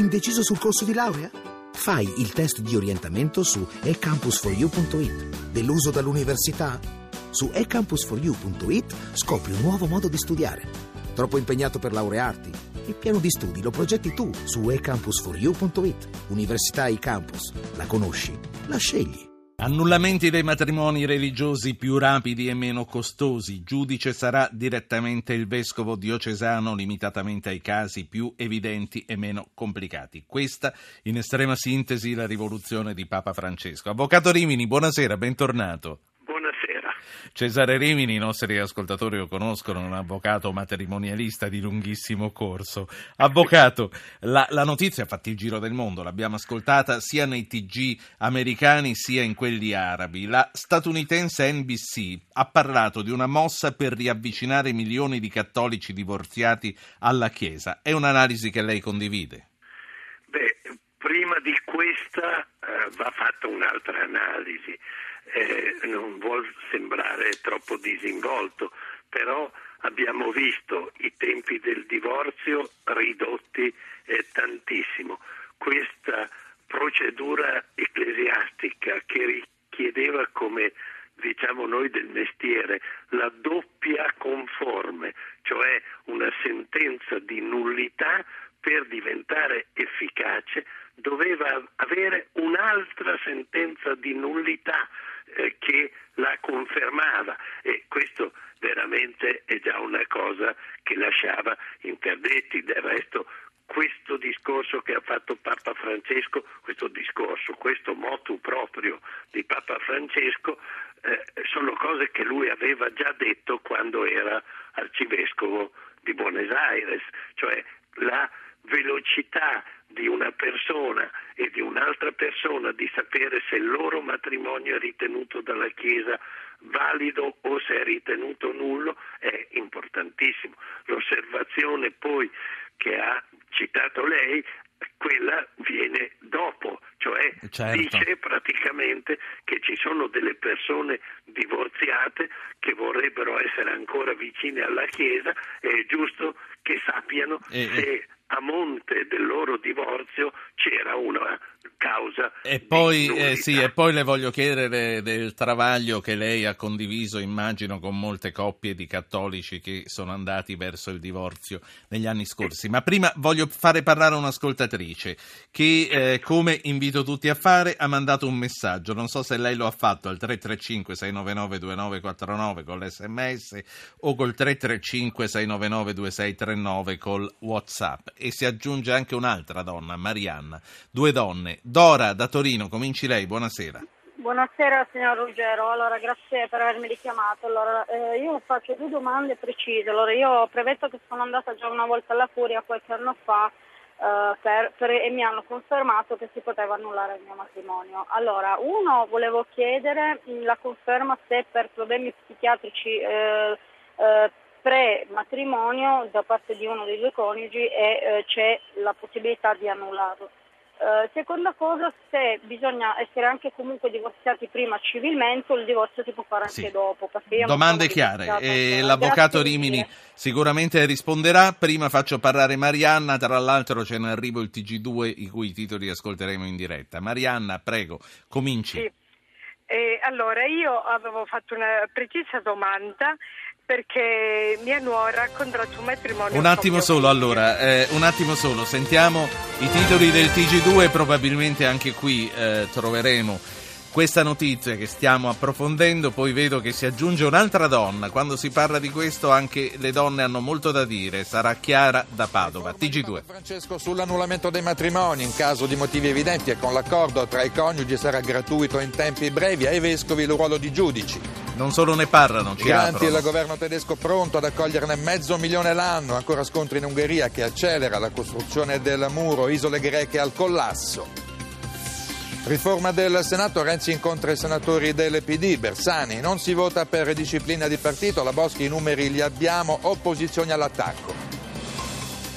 Indeciso sul corso di laurea? Fai il test di orientamento su ecampus4u.it. Deluso dall'università? Su ecampus4u.it scopri un nuovo modo di studiare. Troppo impegnato per laurearti? Il piano di studi lo progetti tu su ecampus4u.it. Università eCampus. La conosci? La scegli. Annullamenti dei matrimoni religiosi più rapidi e meno costosi. Giudice sarà direttamente il vescovo diocesano, limitatamente ai casi più evidenti e meno complicati. Questa, in estrema sintesi, la rivoluzione di Papa Francesco. Avvocato Rimini, buonasera, bentornato. Cesare Rimini, i nostri ascoltatori lo conoscono, un avvocato matrimonialista di lunghissimo corso. Avvocato, la notizia ha fatto il giro del mondo, l'abbiamo ascoltata sia nei TG americani sia in quelli arabi. La statunitense NBC ha parlato di una mossa per riavvicinare milioni di cattolici divorziati alla Chiesa. È un'analisi che lei condivide? Prima di questa va fatta un'altra analisi. Non vuol sembrare troppo disinvolto, però abbiamo visto i tempi del divorzio ridotti tantissimo. Questa procedura ecclesiastica che richiedeva, come diciamo noi del mestiere, la doppia conforme, cioè una sentenza di nullità per diventare efficace, doveva avere un'altra sentenza di nullità che la confermava, e questo veramente è già una cosa che lasciava interdetti. Del resto questo discorso che ha fatto Papa Francesco, questo motu proprio di Papa Francesco, sono cose che lui aveva già detto quando era arcivescovo di Buenos Aires, cioè la velocità di una persona e di un'altra persona di sapere se il loro matrimonio è ritenuto dalla Chiesa valido o se è ritenuto nullo è importantissimo. L'osservazione poi che ha citato lei, quella viene dopo, cioè dice praticamente che ci sono delle persone divorziate che vorrebbero essere ancora vicine alla Chiesa, e è giusto che sappiano se a monte del loro divorzio c'era una causa e poi e poi le voglio chiedere del travaglio che lei ha condiviso, immagino, con molte coppie di cattolici che sono andati verso il divorzio negli anni scorsi. Ma prima voglio fare parlare un'ascoltatrice che, come invito tutti a fare, ha mandato un messaggio. Non so se lei lo ha fatto al 335-699-2949 con l'SMS o col 335-699-2639 col WhatsApp. E si aggiunge anche un'altra donna, Marianna. Due donne. Dora da Torino, cominci lei, buonasera. Buonasera signor Ruggero, allora grazie per avermi richiamato. Allora, io faccio due domande precise. Allora, io premetto che sono andata già una volta alla Curia qualche anno fa e mi hanno confermato che si poteva annullare il mio matrimonio. Allora, volevo chiedere la conferma se per problemi psichiatrici pre-matrimonio da parte di uno dei due coniugi c'è la possibilità di annullarlo. Seconda cosa, se bisogna essere anche comunque divorziati prima civilmente o il divorzio si può fare anche dopo. Domande chiare e l'avvocato Rimini sicuramente risponderà. Prima faccio parlare Marianna, tra l'altro c'è in arrivo il TG2 i cui titoli ascolteremo in diretta. Marianna, prego, cominci. Sì. Allora, io avevo fatto una precisa domanda perché mia nuora ha contratto un matrimonio. Un attimo solo, sentiamo i titoli del TG2 e probabilmente anche qui troveremo questa notizia che stiamo approfondendo. Poi vedo che si aggiunge un'altra donna. Quando si parla di questo anche le donne hanno molto da dire. Sarà Chiara da Padova. TG2. Francesco sull'annullamento dei matrimoni in caso di motivi evidenti e con l'accordo tra i coniugi sarà gratuito in tempi brevi. Ai vescovi il ruolo di giudici. Non solo ne parlano, ci Migranti, aprono. il governo tedesco pronto ad accoglierne 500.000 l'anno. Ancora scontri in Ungheria che accelera la costruzione del muro. Isole greche al collasso. Riforma del Senato, Renzi incontra i senatori del PD, Bersani, non si vota per disciplina di partito, la Boschi i numeri li abbiamo, opposizioni all'attacco.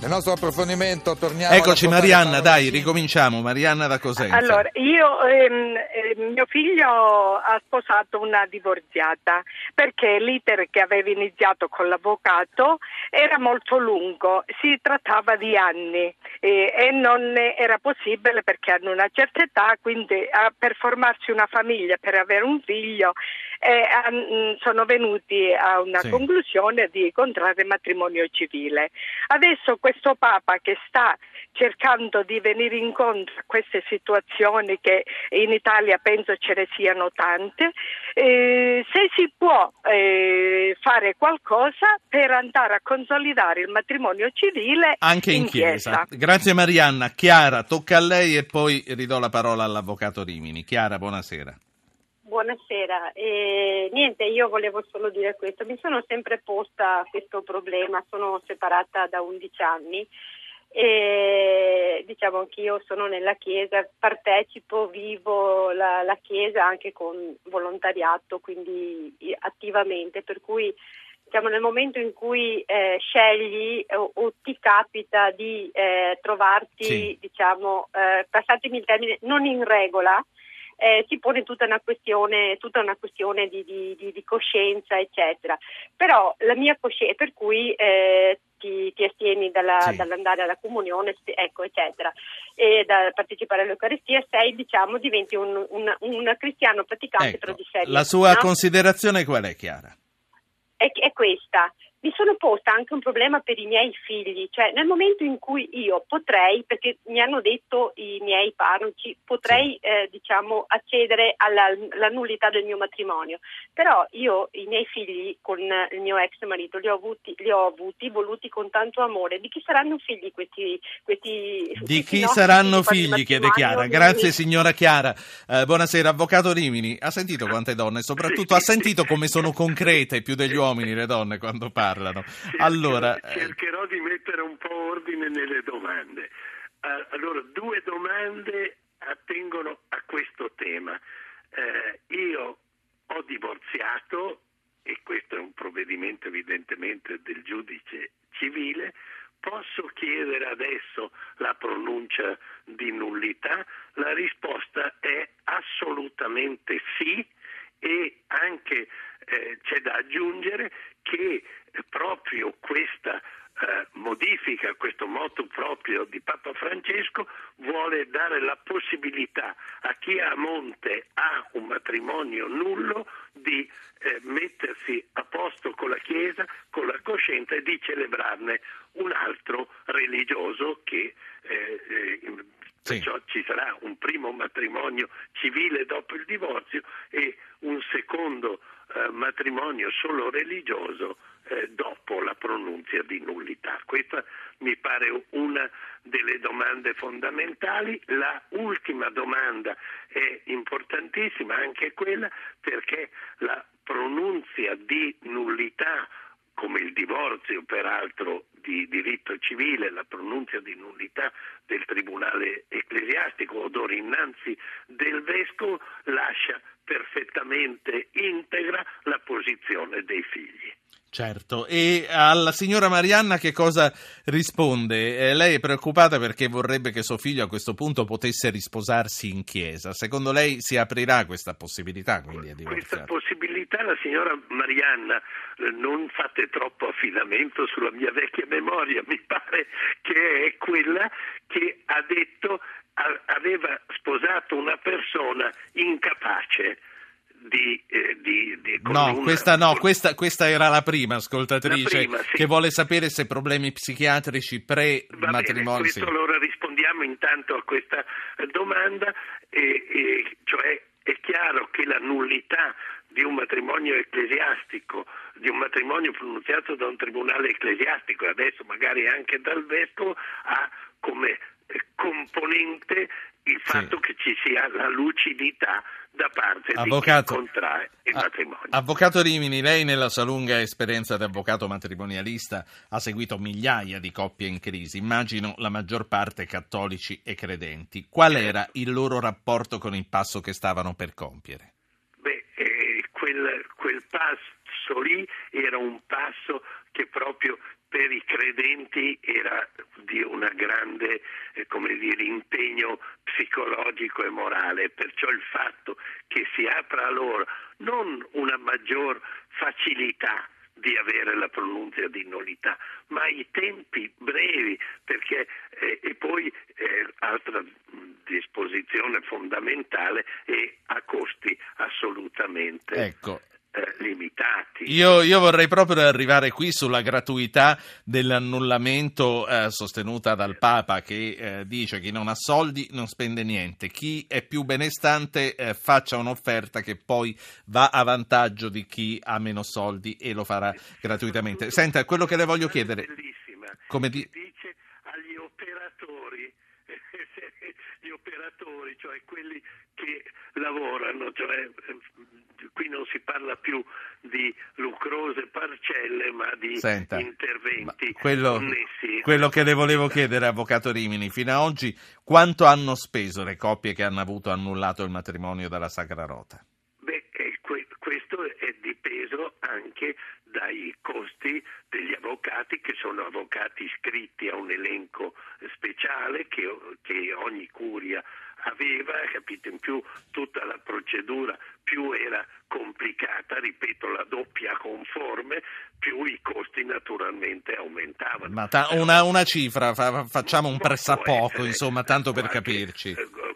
Nel nostro approfondimento torniamo. Eccoci Marianna, dai, ricominciamo. Marianna da Cosenza. Allora, mio figlio ha sposato una divorziata perché l'iter che aveva iniziato con l'avvocato era molto lungo, si trattava di anni e non era possibile perché hanno una certa età, quindi per formarsi una famiglia, per avere un figlio, sono venuti a una conclusione di contrarre matrimonio civile. Adesso questo Papa che sta cercando di venire incontro a queste situazioni, che in Italia penso ce ne siano tante, se si può fare qualcosa per andare a consolidare il matrimonio civile anche in chiesa. Grazie Marianna. Chiara, tocca a lei e poi ridò la parola all'avvocato Rimini. Chiara, buonasera. Buonasera, niente, io volevo solo dire questo, mi sono sempre posta questo problema, sono separata da 11 anni e diciamo anch'io sono nella Chiesa, partecipo, vivo la Chiesa anche con volontariato, quindi attivamente, per cui diciamo nel momento in cui scegli o ti capita di trovarti, diciamo, passatemi il termine, non in regola, si pone tutta una questione di coscienza, eccetera. Però la mia coscienza, per cui ti astieni dall'andare alla comunione, ecco, eccetera, e da partecipare all'Eucaristia, diventi un cristiano praticante, ecco, però di serie. La sua no? considerazione qual è, Chiara? È questa. Mi sono posta anche un problema per i miei figli, cioè nel momento in cui io potrei, perché mi hanno detto i miei parroci, potrei accedere alla nullità del mio matrimonio, però io i miei figli con il mio ex marito li ho voluti con tanto amore. Di chi saranno figli questi di chi saranno figli, chiede Chiara. Grazie signora Chiara. Buonasera, avvocato Rimini. Ha sentito quante donne, soprattutto ha sentito come sono concrete più degli uomini le donne quando parlano. Allora, cercherò di mettere un po' ordine nelle domande. Allora, 2 domande attengono a questo tema. Io ho divorziato, e questo è un provvedimento evidentemente del giudice civile. Posso chiedere adesso la pronuncia di nullità? La risposta è assolutamente sì, e anche c'è da aggiungere che proprio questa modifica, questo motu proprio di Papa Francesco, vuole dare la possibilità a chi a monte ha un matrimonio nullo di mettersi a posto con la Chiesa, con la coscienza, e di celebrarne un altro religioso che perciò ci sarà un primo matrimonio civile dopo il divorzio e un secondo matrimonio solo religioso dopo la pronunzia di nullità. Questa mi pare una delle domande fondamentali. La ultima domanda è importantissima, anche quella, perché la pronunzia di nullità, come il divorzio peraltro di diritto civile, la pronunzia di nullità del tribunale ecclesiastico o d'ora innanzi del vescovo, lascia perfettamente integra la posizione dei figli. Certo, e alla signora Marianna che cosa risponde? Lei è preoccupata perché vorrebbe che suo figlio a questo punto potesse risposarsi in chiesa. Secondo lei si aprirà questa possibilità? Quindi questa possibilità, la signora Marianna, non fate troppo affidamento sulla mia vecchia memoria, mi pare che è quella che ha detto aveva sposato una persona incapace questa era la prima ascoltatrice, che vuole sapere se problemi psichiatrici pre-matrimonio. Questo allora rispondiamo intanto a questa domanda, cioè è chiaro che la nullità di un matrimonio ecclesiastico, di un matrimonio pronunziato da un tribunale ecclesiastico e adesso magari anche dal vescovo, ha come componente il fatto che ci sia la lucidità da parte di chi contrae il matrimonio. Avvocato Rimini, lei nella sua lunga esperienza di avvocato matrimonialista ha seguito migliaia di coppie in crisi, immagino la maggior parte cattolici e credenti. Qual era il loro rapporto con il passo che stavano per compiere? Quel passo lì era un passo che proprio per i credenti era di una grande impegno psicologico e morale, perciò il fatto che si apra a loro non una maggior facilità di avere la pronunzia di nullità, ma i tempi brevi, perché e poi altra disposizione fondamentale è a costi assolutamente limitati. Io vorrei proprio arrivare qui sulla gratuità dell'annullamento sostenuta dal Papa, che dice: chi non ha soldi non spende niente, chi è più benestante faccia un'offerta che poi va a vantaggio di chi ha meno soldi e lo farà gratuitamente. Senta, quello che le voglio chiedere, come dice agli operatori, gli operatori, cioè quelli che lavorano, cioè qui non si parla più di lucrose parcelle, ma di interventi connessi. Quello che le volevo chiedere, avvocato Rimini, fino ad oggi quanto hanno speso le coppie che hanno avuto annullato il matrimonio dalla Sacra Rota? Questo è dipeso anche dai costi degli avvocati, che sono avvocati iscritti a un elenco speciale che ogni curia aveva, capite? In più tutta la procedura più era complicata, ripeto, la doppia conforme, più i costi naturalmente aumentavano. Ma una cifra, facciamo un pressapoco, insomma, tanto per capirci.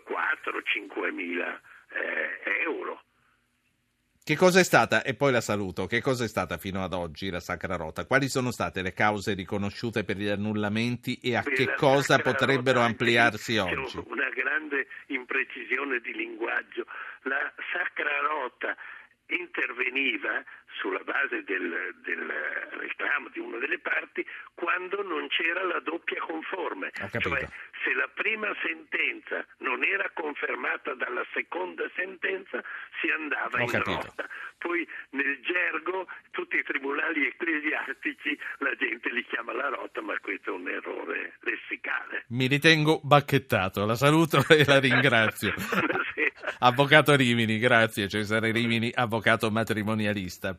4-5 mila euro. Che cosa è stata, e poi la saluto, che cosa è stata fino ad oggi la Sacra Rota? Quali sono state le cause riconosciute per gli annullamenti e a che cosa potrebbero ampliarsi oggi? C'è una grande imprecisione di linguaggio. La Sacra Rota interveniva sulla base del reclamo di una delle parti quando non c'era la doppia conforme, cioè se la prima sentenza non era confermata dalla seconda sentenza si andava in rota. Poi nel gergo tutti i tribunali ecclesiastici la gente li chiama la rota, ma questo è un errore lessicale. Mi ritengo bacchettato, la saluto e la ringrazio. Avvocato Rimini, grazie. Cesare Rimini, avvocato matrimonialista.